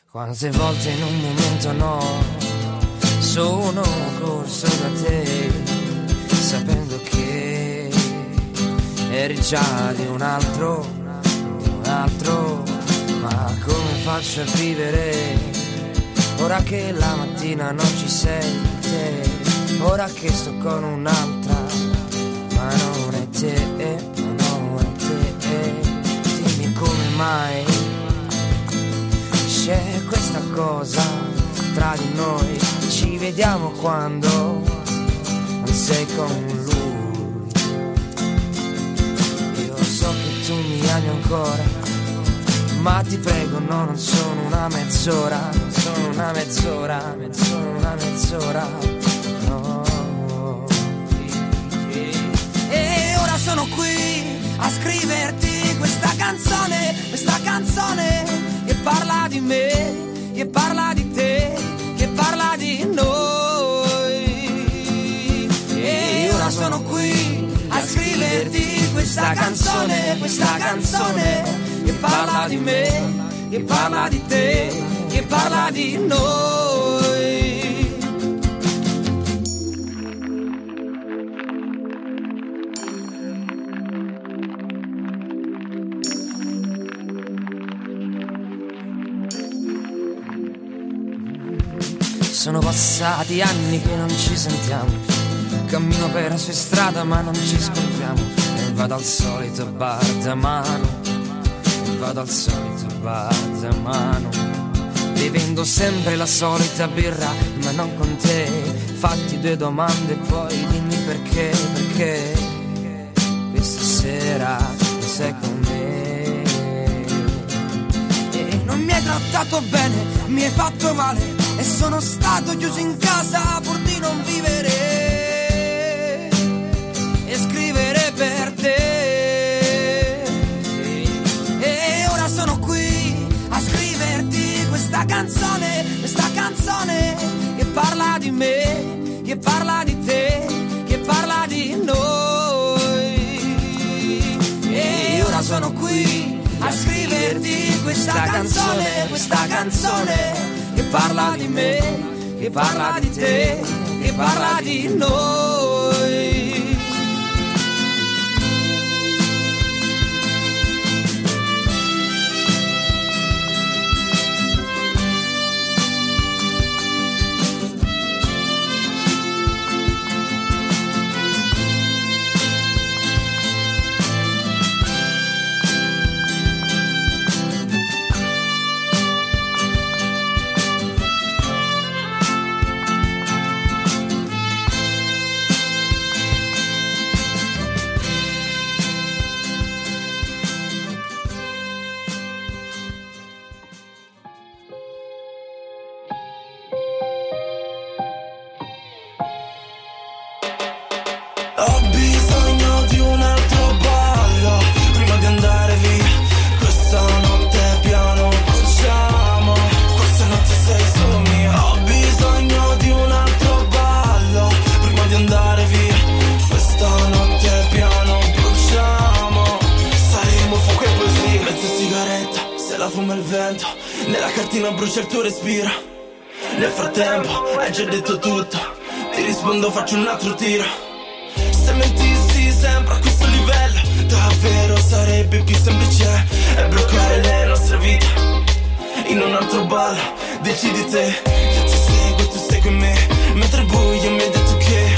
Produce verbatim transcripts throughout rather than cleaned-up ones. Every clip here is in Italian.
Quante volte in un momento no, sono corso da te, sapendo che eri già di un altro, di un altro. Ma come faccio a vivere ora che la mattina non ci sei te, ora che sto con un'altra, ma non è te, ma non è te. Dimmi come mai c'è questa cosa tra di noi, ci vediamo quando non sei con lui. Io so che tu mi ami ancora, ma ti prego no, non sono una mezz'ora, non sono una mezz'ora, non sono una mezz'ora, no. E ora sono qui a scriverti questa canzone, questa canzone che parla di me, che parla di te, che parla di noi. E ora sono qui a scriverti questa canzone, questa canzone che parla di me, che parla di te, che parla di noi. Sono passati anni che non ci sentiamo, cammino per la sua strada ma non ci scontriamo, e vado al solito bar da mano, e vado al solito bar da mano, bevendo sempre la solita birra ma non con te. Fatti due domande e poi dimmi perché, perché questa sera sei con me. E non mi hai trattato bene, mi hai fatto male, e sono stato chiuso in casa pur di non vivere e scrivere per te. E ora sono qui a scriverti questa canzone, questa canzone che parla di me, che parla di te, che parla di noi. E ora sono qui a scriverti questa canzone, questa canzone che parla di me, che parla di te, che parla di noi. Brucia il tuo respiro. Nel frattempo hai già detto tutto. Ti rispondo, faccio un altro tiro. Se mentissi sempre a questo livello, davvero sarebbe più semplice e bloccare le nostre vite in un altro ballo. Decidi te, io ti seguo e tu segui me. Mentre buio mi hai detto che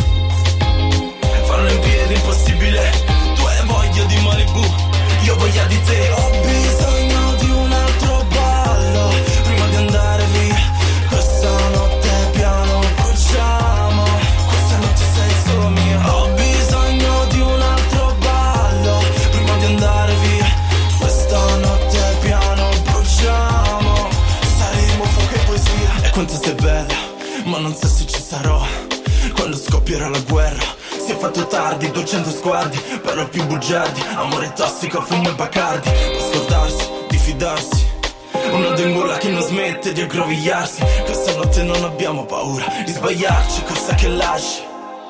farlo in piedi è impossibile. Tu hai voglia di Malibu, io voglia di te. Ho bisogno di un altro ballo prima di andare via. Questa notte piano bruciamo, questa notte sei solo mia. Ho bisogno di un altro ballo prima di andare via. Questa notte piano bruciamo, saremo fuoco e poesia. E quanto sei bella, ma non so se ci sarò quando scoppierà la guerra. Si è fatto tardi, duecento sguardi, però più bugiardi. Amore tossico, fumo e bacardi. Può scordarsi, di fidarsi, un nodo in gola che non smette di aggrovigliarsi. Questa notte non abbiamo paura di sbagliarci, cosa che lasci.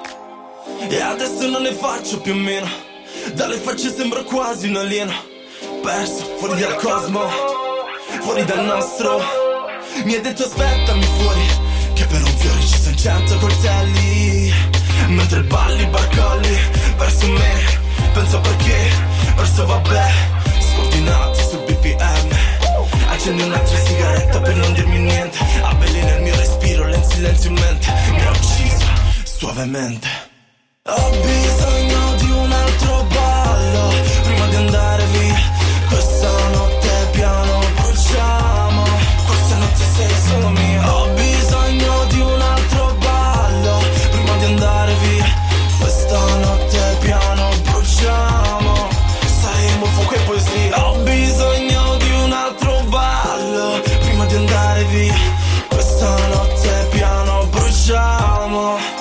E adesso non ne faccio più o meno, dalle facce sembro quasi un alieno, perso fuori dal cosmo, fuori dal nostro Mi hai detto aspettami fuori, che per un fiore ci sono cento coltelli. Mentre balli barcolli verso me, penso perché, verso vabbè, scordinati sul B P M. Accendi un'altra sigaretta per non dirmi niente. Avvelena il mio respiro, lei in silenzio in mente. Mi ha ucciso suavemente. Ho bisogno di un altro ballo prima di andare via. Questa notte piano bruciamo. Questa notte sei solo mia. Ho bisogno di un altro ballo prima di andare via. Questa notte piano bruciamo. Saremo fuoco e poesia. Ho bisogno di un altro ballo prima di andare via. Questa notte piano bruciamo.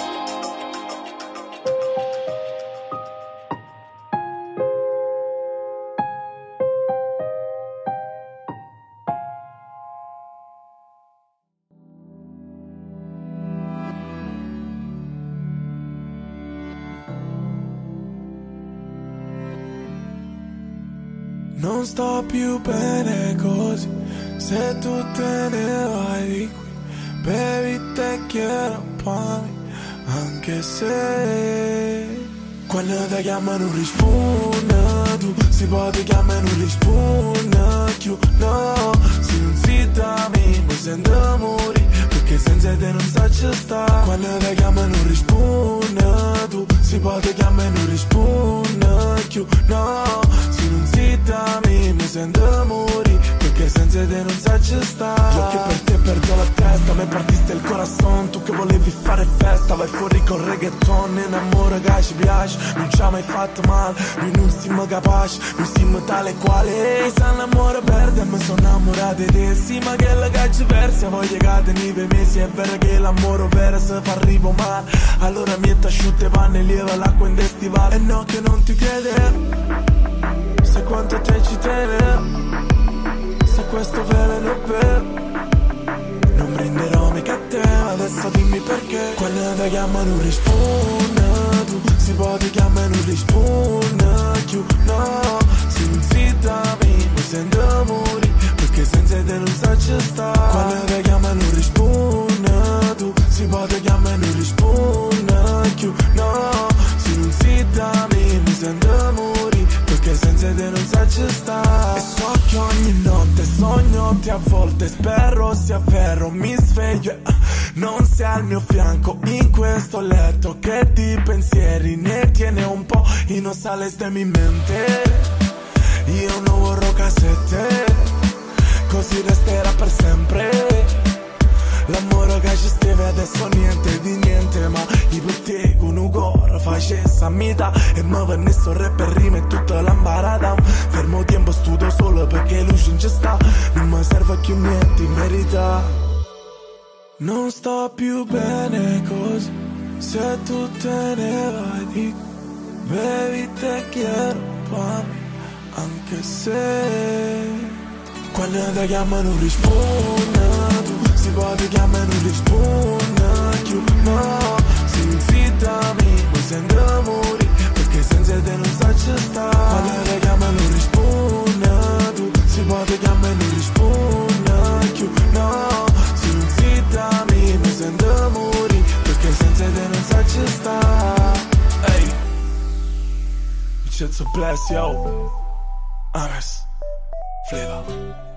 Non sto più bene così, se tu te ne vai di qui. Baby, te quiero pa' mí, anche se quando ti chiamano non risponde tu, si può ti chiamano non risponde più, no. Se non si da me, mi sento morire, perché senza te non so ci sta. Quando ti chiamano non risponde tu, si può ti chiamano non risponde più, no. Se non si da me, mi sento morire, perché senza te non so ci sta. Io che per te perdo la testa, me partiste il corazon, tu che volevi fare festa. Vai fuori col reggaeton, in amore che ci piace, non ci ha mai fatto male, noi non siamo capaci, noi siamo tale quale. Mi sa l'amore perde, mi sono innamorato di te, sì ma che la caccia persa, voglio che te ne per mesi. È vero che l'amore vero se fa arrivo male, allora mi asciutte panne e lieva l'acqua in testivale. E no che non ti credevo, sai quanto te ci tenevo, se questo veleno è vero, non prenderò mica a te, adesso dimmi perché. Quando ti chiamano non risponde tu, si può ti chiamano non risponde più, no. Se non si da me, mi sento morire, perché senza te non so ci sta. Quando ti chiamano non risponde tu, si può ti chiamano non risponde più, no. Se non si da me, mi sento morire, perché senza te non so ci sta. E so che ogni notte sogno te, a volte spero sia vero, mi sveglio e non sei al mio fianco in questo letto che di pensieri ne tiene un po' e non sale stemmi in mente. Io non vorrò casette, così resterà per sempre. L'amore che ci steve adesso niente di niente, ma io per te con un cuore facesse a metà e mi venisse re per rima e tutta l'ambarata. Fermo tempo, studio solo perché luce non ci sta, non mi serve più niente in verità. Non sto più bene così, se tu te ne vai di qui. Baby, te quiero pa' mí, anche se quando ti chiamano non risponde tu, si può ti chiamano non risponde più, no. Se non si da me, mi sento morire, perché senza te non so ci sta. Quando ti chiamano non risponde tu, si può ti chiamano non risponde più, no. Se non si da me, mi sento morire, perché senza te non so ci sta. Ehi, it's a bless, yo. Ames, flavor.